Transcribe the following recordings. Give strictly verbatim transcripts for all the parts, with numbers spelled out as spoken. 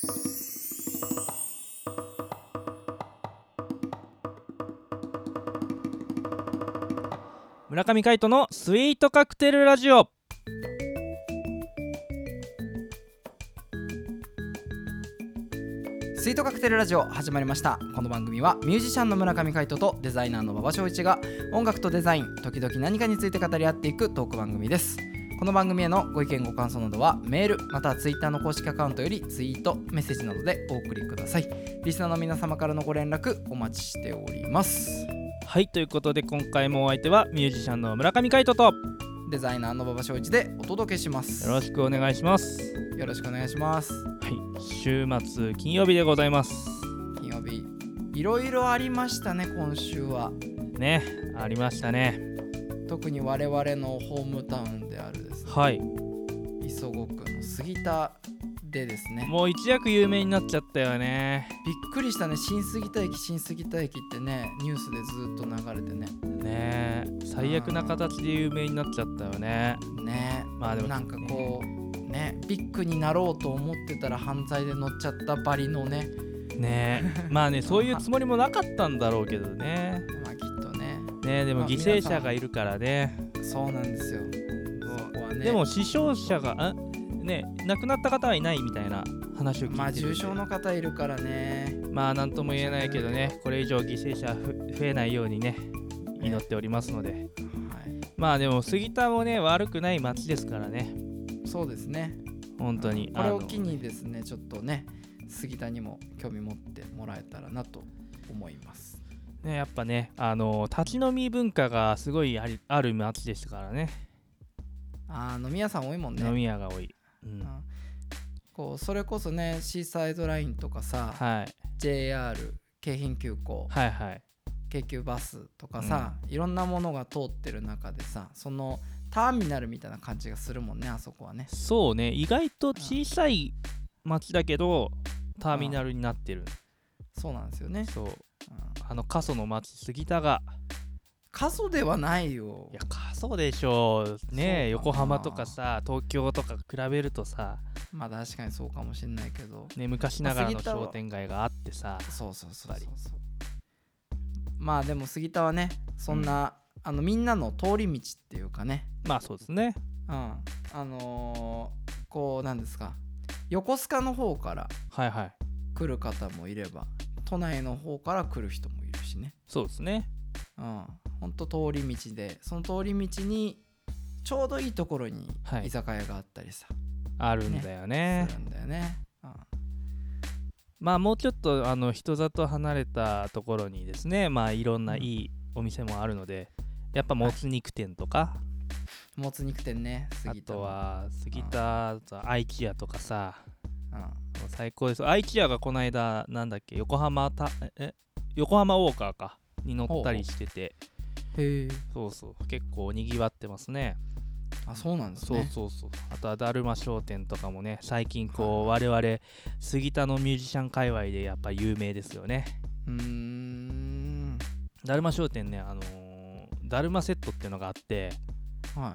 村上海人のスイートカクテルラジオ。 スイートカクテルラジオ始まりました。この番組はミュージシャンの村上海人とデザイナーの馬場翔一が音楽とデザイン、時々何かについて語り合っていくトーク番組です。この番組へのご意見ご感想などはメールまたはツイッターの公式アカウントよりツイートメッセージなどでお送りください。リスナーの皆様からのご連絡お待ちしております。 はい、ということで今回もお相手はミュージシャンの村上海人とデザイナーの馬場翔一でお届けします。 よろしくお願いします。 よろしくお願いします。 はい、週末金曜日でございます。 金曜日いろいろありましたね。今週はね、ありましたね。 特に我々のホームタウンであるですね、 はい、 磯子区の杉田でですね、 もう一躍有名になっちゃったよね。 びっくりしたね。新杉田駅新杉田駅ってねニュースでずっと流れてねねえ、最悪な形で有名になっちゃったよね。 ねまあでもなんかこうねビッグになろうと思ってたら犯罪で乗っちゃったばりのねねえまあねそういうつもりもなかったんだろうけどね。 まあきっとねねえでも犠牲者がいるからね。 そうなんですよ。そこはね。 でも死傷者があね亡くなった方はいないみたいな話を聞いてるんで、 まあ重症の方いるからね。 まあなんとも言えないけどね、これ以上犠牲者増えないようにね祈っておりますので、はい、まあでも杉田もね悪くない町ですからね。 そうですね、 本当にこれを機にですねちょっとね杉田にも興味持ってもらえたらなと思いますね。やっぱねあの立ち飲み文化がすごいありある町ですからね。 あ飲み屋さん多いもんね。 飲み屋が多い、うん、 こうそれこそねシーサイドラインとかさ、はい、ジェイアール 京浜急行、はいはい、京急バスとかさ、うん、いろんなものが通ってる中でさ、そのターミナルみたいな感じがするもんね、あそこはね。 そうね、意外と小さい町だけどターミナルになってる。 そうなんですよね。そう、うん、 あの過疎の町杉田が過疎ではないよ。 いや過疎でしょうね。横浜とかさ東京とか比べるとさ、 まあ確かにそうかもしれないけどね、昔ながらの商店街があってさ、 そうそうそうそうそう。まあでも杉田はねそんな、うん、あのみんなの通り道っていうかね、 まあそうですね、 うん、あのー、こうなんですか、横須賀の方から来る方もいれば、はいはい、都内の方から来る人もいるしね。 そうですね、 うん、ほんと通り道で、その通り道にちょうどいいところに居酒屋があったりさ、 はい、あるんだよね。 するんだよね、うん、 まあもうちょっとあの人里離れたところにですね、まあいろんないいお店もあるので、うん、やっぱもつ肉店とか、はい、 もつ肉店ね、杉田、 あとは杉田、うん、愛知屋とかさ、うん、最高です。愛知屋がこの間なんだっけ、横浜たえ横浜ウォーカーかに乗ったりしてて、 へえ、 そうそう結構にぎわってますね。 あ、そうなんですね。 そうそうそう。あとはだるま商店とかもね、最近こう、はい、我々杉田のミュージシャン界隈でやっぱ有名ですよね。 うーん、 だるま商店ね、あのー、だるまセットっていうのがあって、はい、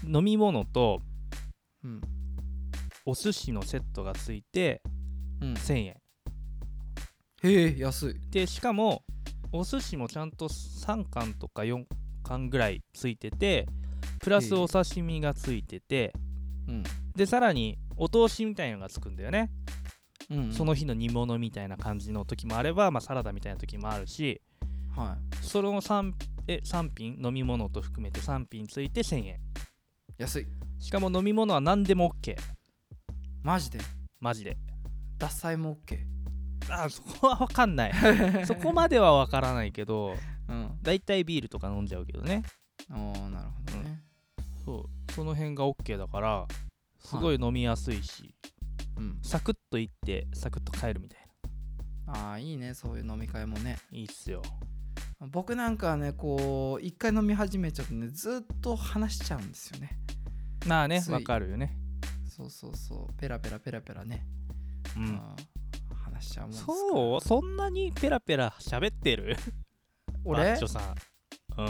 飲み物と、うん、お寿司のセットがついて、うん、せんえん。 へえ、安い。 でしかもお寿司もちゃんとさんかんとかよんかんぐらいついてて、プラスお刺身がついてて、うん、でさらにお通しみたいなのがつくんだよね、うんうん、その日の煮物みたいな感じの時もあれば、まあ、サラダみたいな時もあるし、はい、その 3, えさん品飲み物と含めてさん品ついてせんえん。 安い。 しかも飲み物は何でも OK。 マジでマジで獺祭も OK。 あ、そこは分かんないそこまでは分からないけど、うん、だいたいビールとか飲んじゃうけどね。 ああ、なるほどね、 うん、そうその辺が OK だからすごい飲みやすいし、はい、うん、サクッと行ってサクッと帰るみたいな。ああ、いいね、そういう飲み会もね。 いいっすよ。 僕なんかはね、こう一回飲み始めちゃうとね、ずっと話しちゃうんですよね。 まあね、わかるよね。 そうそうそう、ペラペラペラペラね、うん、話しちゃうもんですから。 そう、そんなにペラペラ喋ってる俺バッチョさん、うん、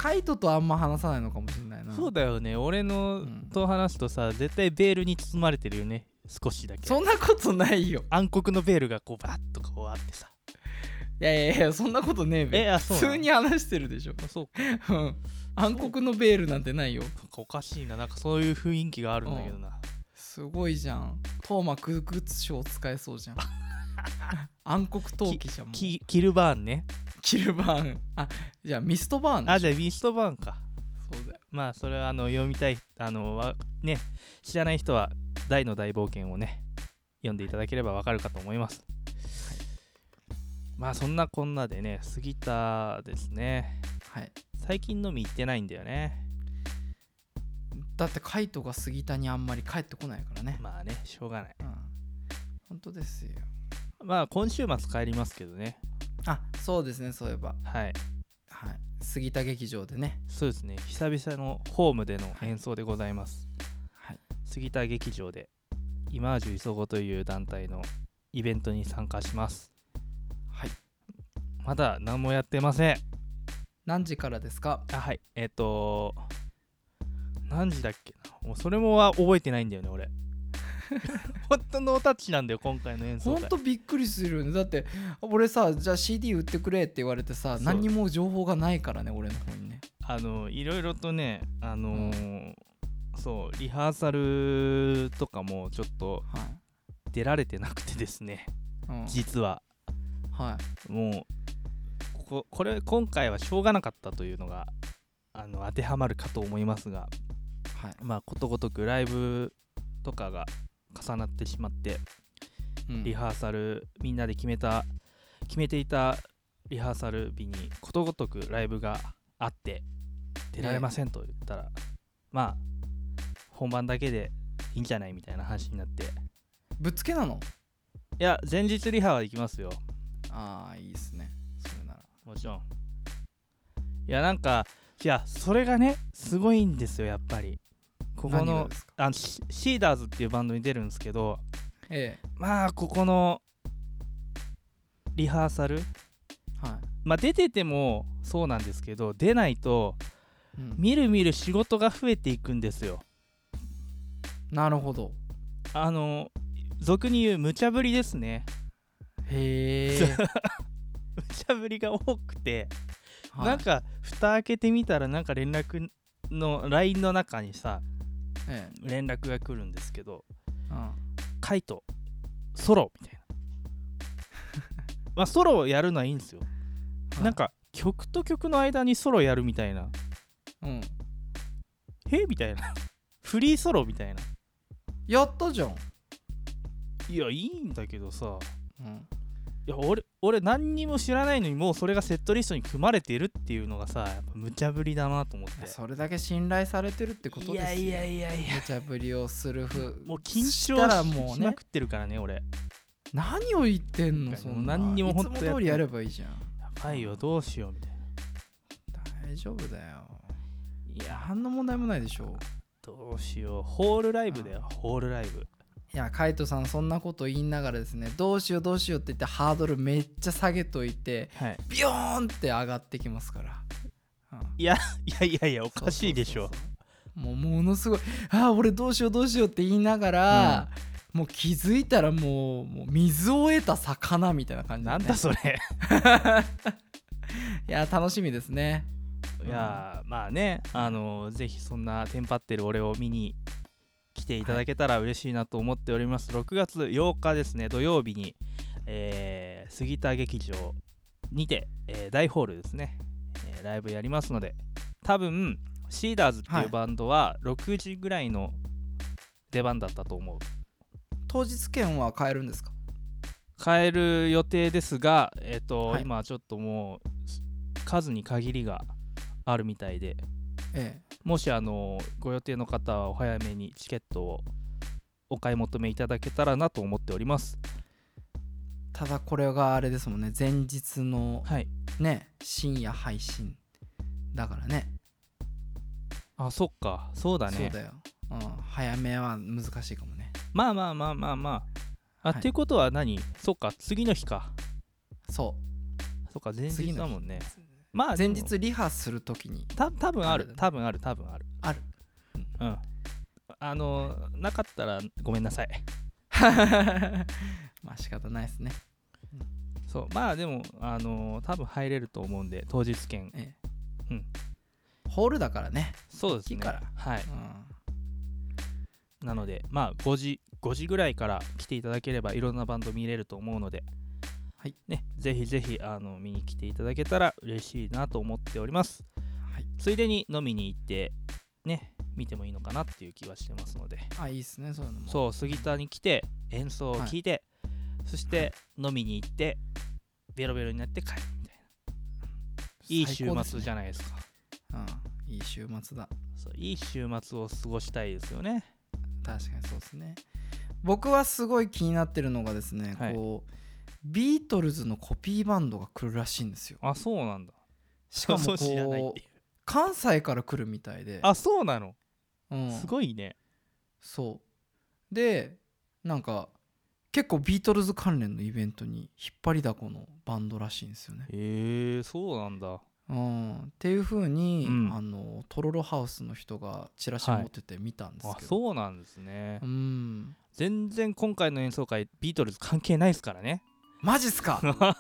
カイトとあんま話さないのかもしれないな。 そうだよね、俺の、うん、と話すとさ絶対ベールに包まれてるよね、少しだけ。 そんなことないよ。 暗黒のベールがこうバッとこうあってさ。 いやいやいや、そんなことねえべ。 えあそう普通に話してるでしょ。 あそうか暗黒のベールなんてないよ。 おかしいな、なんかそういう雰囲気があるんだけどな、うん、 すごいじゃん。トーマ空空賞使えそうじゃん暗黒陶器じゃん。 キルバーンね。 キルバーン。あ、じゃあミストバーン。 あ、じゃあミストバーンか。 そうだよ。 まあそれはあの読みたい、あのわね、知らない人は大の大冒険をね読んでいただければわかるかと思います、はい、まあそんなこんなでね、杉田ですね、 はい、 最近飲み行ってないんだよね。 だってカイトが杉田にあんまり帰ってこないからね。 まあね、しょうがない、うん、 本当ですよ。 まあ今週末帰りますけどね。 あ、そうですね、そういえば。 はい、 はい、杉田劇場でね。 そうですね、久々のホームでの演奏でございます、はい、杉田劇場でイマージュ磯子という団体のイベントに参加します。 はい、 まだ何もやってません。 何時からですか？ あ、はい、えっと何時だっけな、もうそれもは覚えてないんだよね俺本当ノータッチなんだよ今回の演奏会。 ほんとびっくりするよね。だって俺さ、じゃあ シーディー 売ってくれって言われてさ、何にも情報がないからね、俺の方にね。 あのいろいろとね、あのーうん、そうリハーサルとかもちょっと出られてなくてですね、はい、実は、 はい、 もうこここれ今回はしょうがなかったというのがあの当てはまるかと思いますが、はい、まあことごとくライブとかが重なってしまって、うん、リハーサルみんなで決めた決めていたリハーサル日にことごとくライブがあって出られませんと言ったら、ね、まあ本番だけでいいんじゃないみたいな話になって。 ぶっつけなの？ いや前日リハは行きますよ。 ああいいっすね、それなら。 もちろん。いやなんかいやそれがねすごいんですよやっぱり。ここのあシーダーズっていうバンドに出るんですけど、 ええ、 まあここのリハーサル、はい、まあ出ててもそうなんですけど出ないと、うん、みるみる仕事が増えていくんですよ。 なるほど。 あの俗に言う無茶ぶりですね。 へえ無茶ぶりが多くて、はい、なんか蓋開けてみたらなんか連絡の ライン の中にさ、ええ、連絡が来るんですけど、うん、カイトソロみたいなまあソロをやるのはいいんですよ、はい、なんか曲と曲の間にソロやるみたいな、うん、へみたいなフリーソロみたいな。 やったじゃん。 いやいいんだけどさ、うん、いや 俺, 俺何にも知らないのにもうそれがセットリストに組まれてるっていうのがさ、やっぱ無茶ぶりだなと思って。 それだけ信頼されてるってことですよ。 いやいやいやいや、 無茶ぶりをするふもう緊張しまくってるからね俺。 何を言ってんの、そんな。何にも本当いつも通りやればいいじゃん。やばいよ、どうしようみたいな。大丈夫だよ。いや何の問題もないでしょ。 どうしよう、ホールライブだよ、ホールライブ。 いやカイトさんそんなこと言いながらですね、どうしようどうしようって言ってハードルめっちゃ下げといて、はい、ビヨーンって上がってきますから、 うん、いやいやいやいやおかしいでしょ。 もうものすごい、ああ俺どうしようどうしようって言いながら、うん、もう気づいたらもう、もう水を得た魚みたいな感じ、ね、 なんだそれいや楽しみですね。 いやまあね、あのぜひそんなテンパってる俺を見に来ていただけたら嬉しいなと思っております、はい、ろくがつようかですね、土曜日に、えー、杉田劇場にて、えー、大ホールですね、えー、ライブやりますので、多分シーダーズっていうバンドはろくじぐらいの出番だったと思う、はい、 当日券は買えるんですか？ 買える予定ですが、えーとはい、今ちょっともう数に限りがあるみたいで、ええ、もしあのご予定の方はお早めにチケットをお買い求めいただけたらなと思っております。 ただこれがあれですもんね、前日の、はい、ね深夜配信だからね。 あ、そっか、そうだね。 そうだよ、うん、早めは難しいかもね。 まあまあまあまあまああ、はい、っていうことは何、そっか次の日か。 そうそっか前日だもんね。 まあ前日リハするときにた多分ある多分ある多分あるあるうんあのなかったらごめんなさいまあ仕方ないですね。 そうまあでもあの多分入れると思うんで当日券、 ええうんホールだからね。 そうですね大きいからはい、 うん、 なのでまあごじごじぐらいから来ていただければいろんなバンド見れると思うので、 はいね、ぜひぜひあの見に来ていただけたら嬉しいなと思っております、 はい、 ついでに飲みに行ってね見てもいいのかなっていう気はしてますので、 あいいですねそういうのも。 そう杉田に来て演奏を聴いて、はい、そして飲みに行ってベロベロになって帰るみたいないい週末じゃないですか。 うん、いい週末だ。 そういい週末を過ごしたいですよね。 確かにそうですね。僕はすごい気になってるのがですね、はい、こうビートルズのコピーバンドが来るらしいんですよ。 あそうなんだ。 しかもこう関西から来るみたいで。 あそうなの、 うん、 すごいね。 そうでなんか結構ビートルズ関連のイベントに引っ張りだこのバンドらしいんですよね。 へえそうなんだ。 うん、っていう風に、 うん、 あのトロロハウスの人がチラシ持ってて見たんですけど、はい、 あそうなんですね、 うん、 全然今回の演奏会ビートルズ関係ないですからね。 マジっすか